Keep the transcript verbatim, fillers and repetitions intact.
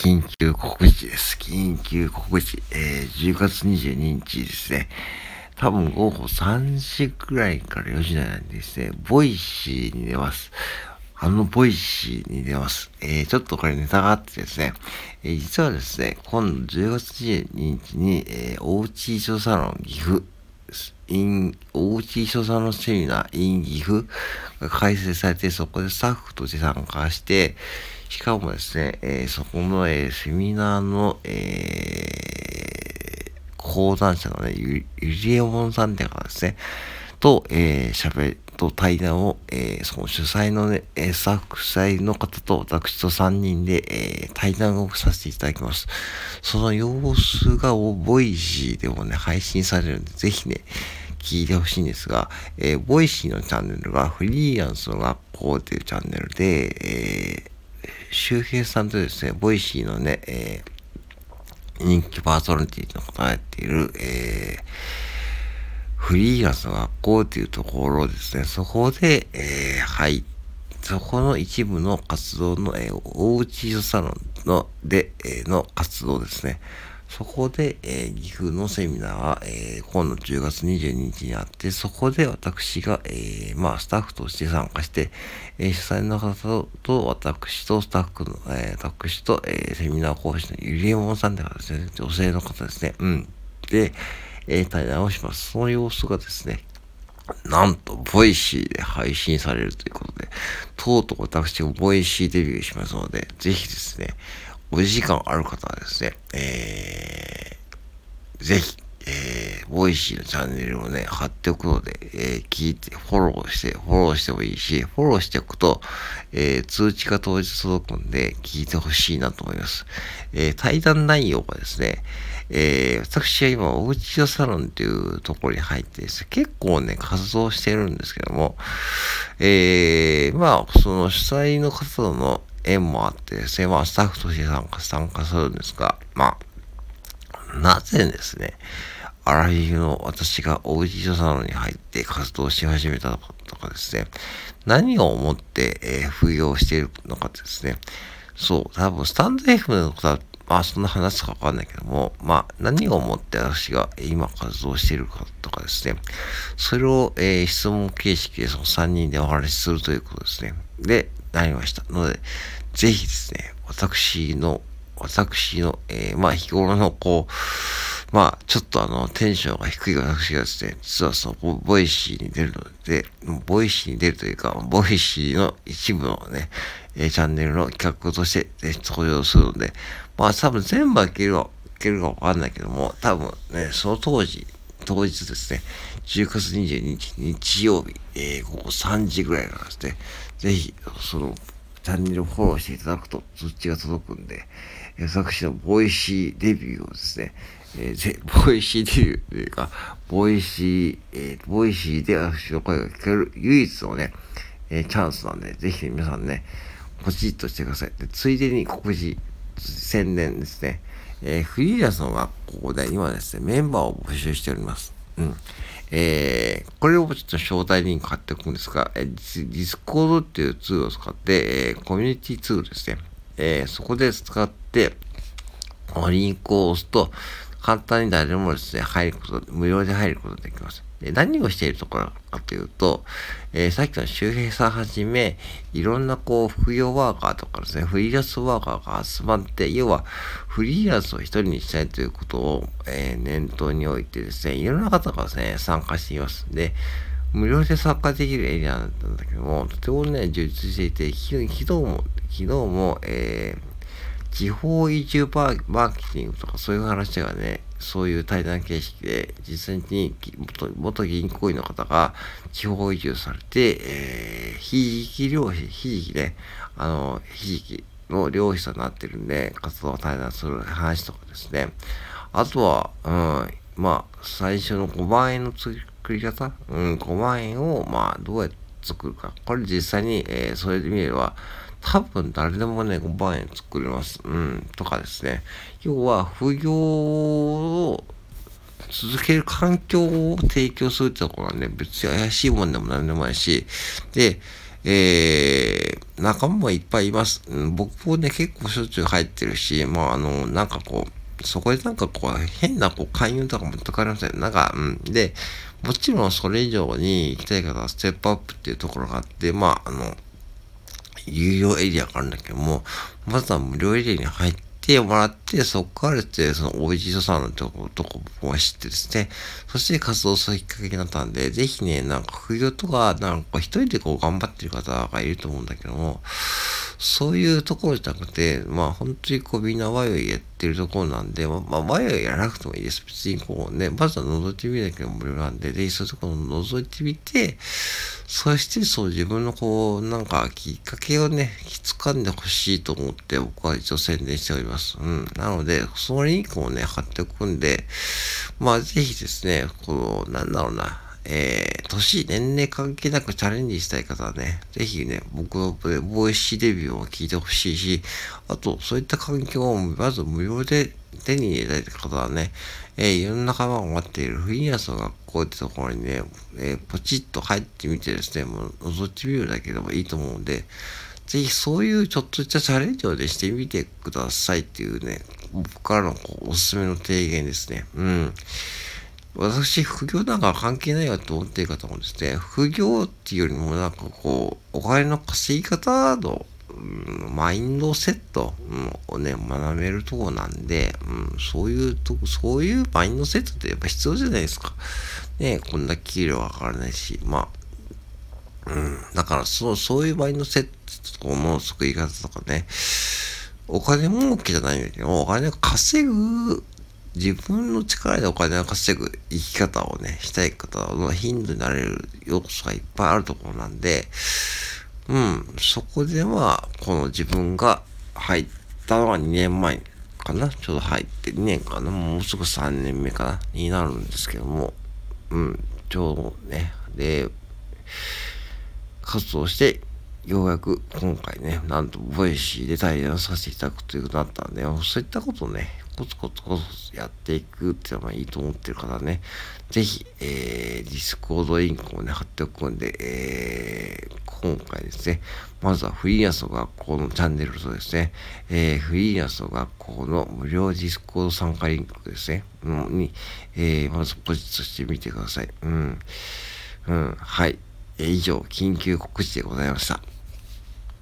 緊急告知です。緊急告知。えー、じゅうがつにじゅうににちですね。多分午後さんじくらいからよじなんでですね、ボイシーに出ます。あのボイシーに出ます。えー、ちょっとこれネタがあってですね、えー、実はですね、今度じゅうがつにじゅうににちに、えー、おうち書サロン岐阜、in おうち書サロンセミナー in 岐阜が開催されて、そこでスタッフとして参加して、しかもですね、えー、そこの、えー、セミナーの、えー、講談社のね、ゆ、ゆりえもんさんって方ですね、と、えー、喋と対談を、えー、その主催のね、えースタッフ主催の方と私とさんにんで、えー、対談をさせていただきます。その様子がボイシーでもね、配信されるんで、ぜひね、聞いてほしいんですが、えー、ボイシーのチャンネルがフリーランスの学校っていうチャンネルで、えー周平さんとですね、ボイシーのね、えー、人気パーソナリティの方がやっている、えー、フリーランスの学校っていうところですね、そこで、えー、はい、そこの一部の活動の、えー、おうちサロンの、で、えー、の活動ですね。そこで、えー、岐阜のセミナーは、えー、今度じゅうがつにじゅうににちにあって、そこで私が、えー、まあ、スタッフとして参加して、えー、主催の方と、私とスタッフの、えー、私と、えー、セミナー講師のゆりえもんさんって方ですね、女性の方ですね、うん。で、えー、対談をします。その様子がですね、なんと、ボイシーで配信されるということで、とうとう私もボイシーデビューしますので、ぜひですね、お時間ある方はですね、えー、ぜひ、えー、ボイシーのチャンネルをね、貼っておくので、えー、聞いて、フォローして、フォローしてもいいし、フォローしておくと、えー、通知が当日届くんで、聞いてほしいなと思います。えー、対談内容がですね、えー、私は今、おうちサロンというところに入ってですね、結構ね、活動してるんですけども、えー、まあ、その主催の方との縁もあってですね、まあ、スタッフとして参加、参加するんですが、まあ、なぜですね、アラフィフの私がおうちサロンに入って活動し始めたのかとかですね、何を思って、えー、副業しているのかですね、そう、多分スタンド エフエム のことは、まあそんな話かわかんないけども、まあ何を思って私が今活動しているかとかですね、それを、えー、質問形式でそのさんにんでお話しするということですね。で、なりました。ので、ぜひですね、私の、私の、えー、まあ日頃のこう、まあ、ちょっとあの、テンションが低い私がですね、実はそのボ、ボイシーに出るので、ボイシーに出るというか、ボイシーの一部のね、えーチャンネルの企画として、ね、登場するので、まあ多分全部はいけるか、いけるかわかんないけども、多分ね、その当時、当日ですね、じゅうがつにじゅうににち日曜日、えー、午後さんじぐらいからですね、ぜひ、その、チャンネルをフォローしていただくと通知が届くんで、えー私のボイシーデビューをですね、えーぜボイシーデビューというか、ボイシー、えーボイシーで私の声が聞ける唯一のね、えーチャンスなんで、ぜひ皆さんね、ポチッとしてください。で、ついでに告知、宣伝ですね。えーフリーランスの学校で今ですね、メンバーを募集しております。うん。えー、これをちょっと招待リンク貼っておくんですが、えー、ディスコードっていうツールを使って、えーコミュニティツールですね。えーそこで使って、リンクを押すと、簡単に誰でもですね、入ること、無料で入ることができます。で、何をしているところかというと、えーさっきの周平さんはじめ、いろんなこう、副業ワーカーとかですね、フリーランスワーカーが集まって、要は、フリーランスを一人にしたいということを、えー念頭に置いてですね、いろんな方がですね、参加しています。で、無料で参加できるエリアなんだけども、とてもね、充実していて、き昨日も、昨日も、えー地方移住マーケティングとかそういう話がね、そういう対談形式で、実際に元元銀行員の方が地方移住されて、えー、非時期漁師、非時期ね、あの、非時期の漁師さんになってるんで、活動を対談する話とかですね。あとは、うん、まあ、最初のごまん円の作り方、うん、ごまん円を、まあ、どうやって作るか。これ実際に、えー、それで見れば、多分誰でもね、ごまん円作れます。うん、とかですね。要は、副業を続ける環境を提供するってところはね、別に怪しいもんでも何でもないし、で、え仲間もいっぱいいます。うん、僕もね、結構しょっちゅう入ってるし、まあ、あの、なんかこう、そこでなんかこう、変なこう、勧誘とかもとかありません。なんか、うん。で、もちろんそれ以上に行きたい方はステップアップっていうところがあって、まあ、あの、有料エリアがあるんだけども、まずは無料エリアに入ってもらって、そこからですね、そのオージーさんのとこ、とこを知ってですね、そして活動するきっかけになったんで、ぜひね、なんか副業とか、なんか一人でこう頑張ってる方がいると思うんだけども、そういうところじゃなくて、まあ本当にこうみんなワイワイやってるところなんで、まあワイワイやらなくてもいいです。別にこうね、まずは覗いてみるだけでも無料なんで、ぜひそういうところを覗いてみて、そしてそう自分のこう、なんかきっかけをね、掴んでほしいと思って僕は一応宣伝しております。うん。なので、そのリンクをね、貼っておくんで、まあぜひですね、この、なんだろうな、えー、年、年齢関係なくチャレンジしたい方はね、ぜひね、僕のボイシーデビューを聞いてほしいし、あと、そういった環境をまず無料で手に入れたい方はね、えー、いろんな仲間が待っているフリーランスの学校ってところにね、えー、ポチッと入ってみてですね、もう覗いてみるだけでもいいと思うんで、ぜひそういうちょっとしたチャレンジをね、してみてくださいっていうね、僕からのこうおすすめの提言ですね。うん。私、副業なんか関係ないよと思っている方もですね、副業っていうよりもなんかこう、お金の稼ぎ方の、うん、マインドセット、うん、をね、学べるところなんで、うん、そういうとこ、そういうマインドセットってやっぱ必要じゃないですか。ね、こんな給料わからないし、まあ、うん、だからそう、そういうマインドセットとかの作り方とかね、お金儲けじゃないんだけど、お金を稼ぐ自分の力でお金を稼ぐ生き方をね、したい方の頻度になれる要素がいっぱいあるところなんで、うん、そこでは、この自分が入ったのはにねんまえかな、ちょうど入ってにねんかな、もうすぐさんねんめかな、になるんですけども、うん、ちょうどね、で、活動して、ようやく今回ね、なんとボイシーで対談させていただくということになったんで、そういったことをね、コツコツコツやっていくっていうのがいいと思ってる方はね、ぜひ、えー、ディスコードリンクをね、貼っておくんで、えー、今回ですね、まずはフリーランスの学校のチャンネルとですね、えー、フリーランスの学校の無料ディスコード参加リンクですね、のに、えー、まずポジットしてみてください。うん。うん、はい。えー以上、緊急告知でございました。